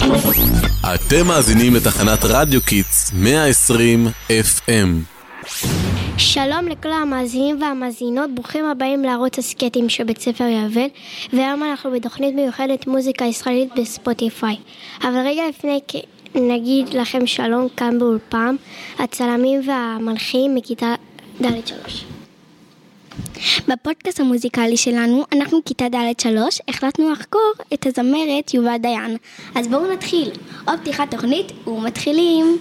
אתם מאזינים לתחנת רדיו קיטס 120 FM. שלום לכל המאזינים והמאזינות, ברוכים הבאים לערוץ הסקטים של בית ספר יובל, והיום אנחנו בתוכנית מיוחדת מוזיקה ישראלית בספוטיפיי. אבל רגע לפני נגיד לכם שלום כאן באולפן, הצלמים והמלחים מכיתה ד' 3. בפודקאסט המוזיקלי שלנו, אנחנו כיתה ד' 3, החלטנו לחקור את הזמרת יובל דיין. אז בואו נתחיל. עוד פתיחת תוכנית ומתחילים.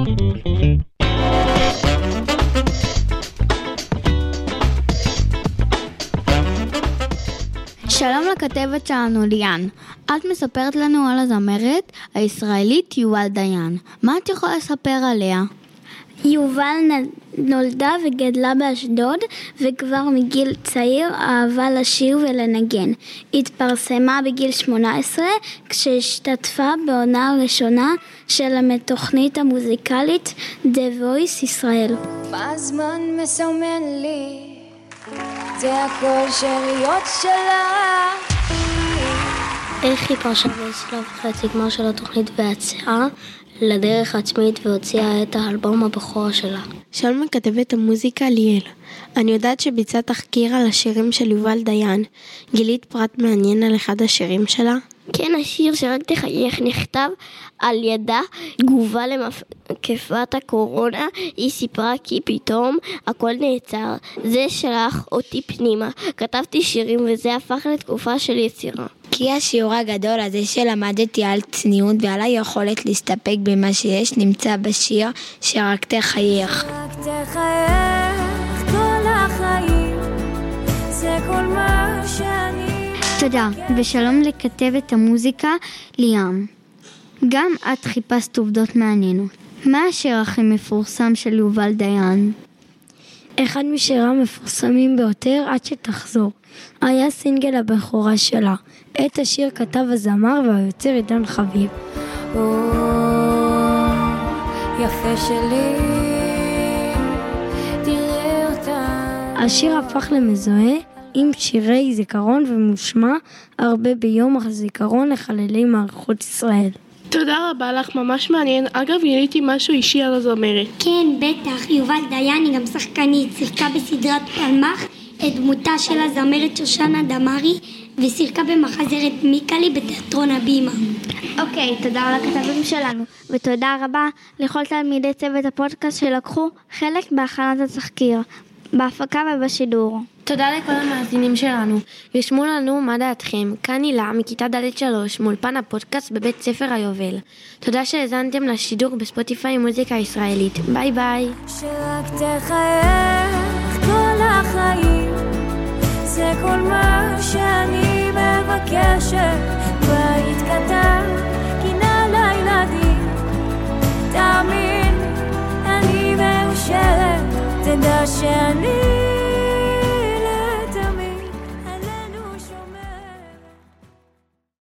שלום לכתבת שלנו ליאן. את מספרת לנו על הזמרת הישראלית יובל דיין. מה את יכולה לספר עליה? יובל נולדה וגדלה באשדוד, וכבר מגיל צעיר אהבה לשיר ולנגן. התפרסמה בגיל 18 כשהשתתפה בעונה הראשונה של התוכנית המוזיקלית The Voice ישראל. בזמן מסמן לי זה הכל שאריות שלה. איך היא פרשה בשלב חצי גמר של התוכנית ויצאה לדרך עצמית והוציאה את האלבום הבכורה שלה? שלום מכתבת המוזיקה ליאל. אני יודעת שביצעה תחקיר על השירים של יובל דיין. גילית פרט מעניין על אחד השירים שלה? כן, השיר שרק תחייך נכתב על ידה תגובה למתקפת הקורונה. היא סיפרה כי פתאום הכל נעצר. זה שלח אותי פנימה. כתבתי שירים וזה הפך לתקופה של יצירה. כי השיעור הגדול הזה שלמדתי על צניעות ועל היכולת להסתפק במה שיש נמצא בשיר שרק תחייך. רק תחייך כל החיים, זה כל מה שאני... תודה, ושלום לכתבת המוזיקה ליאם. גם את חיפשת עובדות מעניינות. מה השיר הכי מפורסם של יובל דיין? אחד משירה המפורסמים ביותר, עד שתחזור. היה סינגל הבכורה שלה. את השיר כתב הזמר והיוצר עידן חביב. יפה שלי, תראה אותה. השיר הפך למזוהה עם שירי זיכרון ומושמע הרבה ביום הזיכרון לחללי מערכות ישראל. תודה רבה לך, ממש מעניין. אגב, גיליתי משהו אישי על הזמרת. כן, בטח. יובל דיין היא גם שחקנית. שיחקה בסדרת פלמח את דמותה של הזמרת שושנה דמארי, ושיחקה במחזרת מיקלי בתיאטרון הבימה. אוקיי, תודה לכתבים שלנו, ותודה רבה לכל תלמידי צוות הפודקאסט שלקחו חלק בהכנת התחקיר, בהפקה ובשידור. תודה לכל המאזינים שלנו, ושמו לנו מה דעתכם. כאן הילה מכיתה ד' 3 מאולפן הפודקאסט בבית ספר היובל. תודה שהאזנתם לשידור בספוטיפיי מוזיקה ישראלית. ביי ביי. שרק תחייך כל החיים, זה כל מה שאני מבקשת. בית קטן, גינה לילדים, תאמין, אני מאושרת, תדע שאני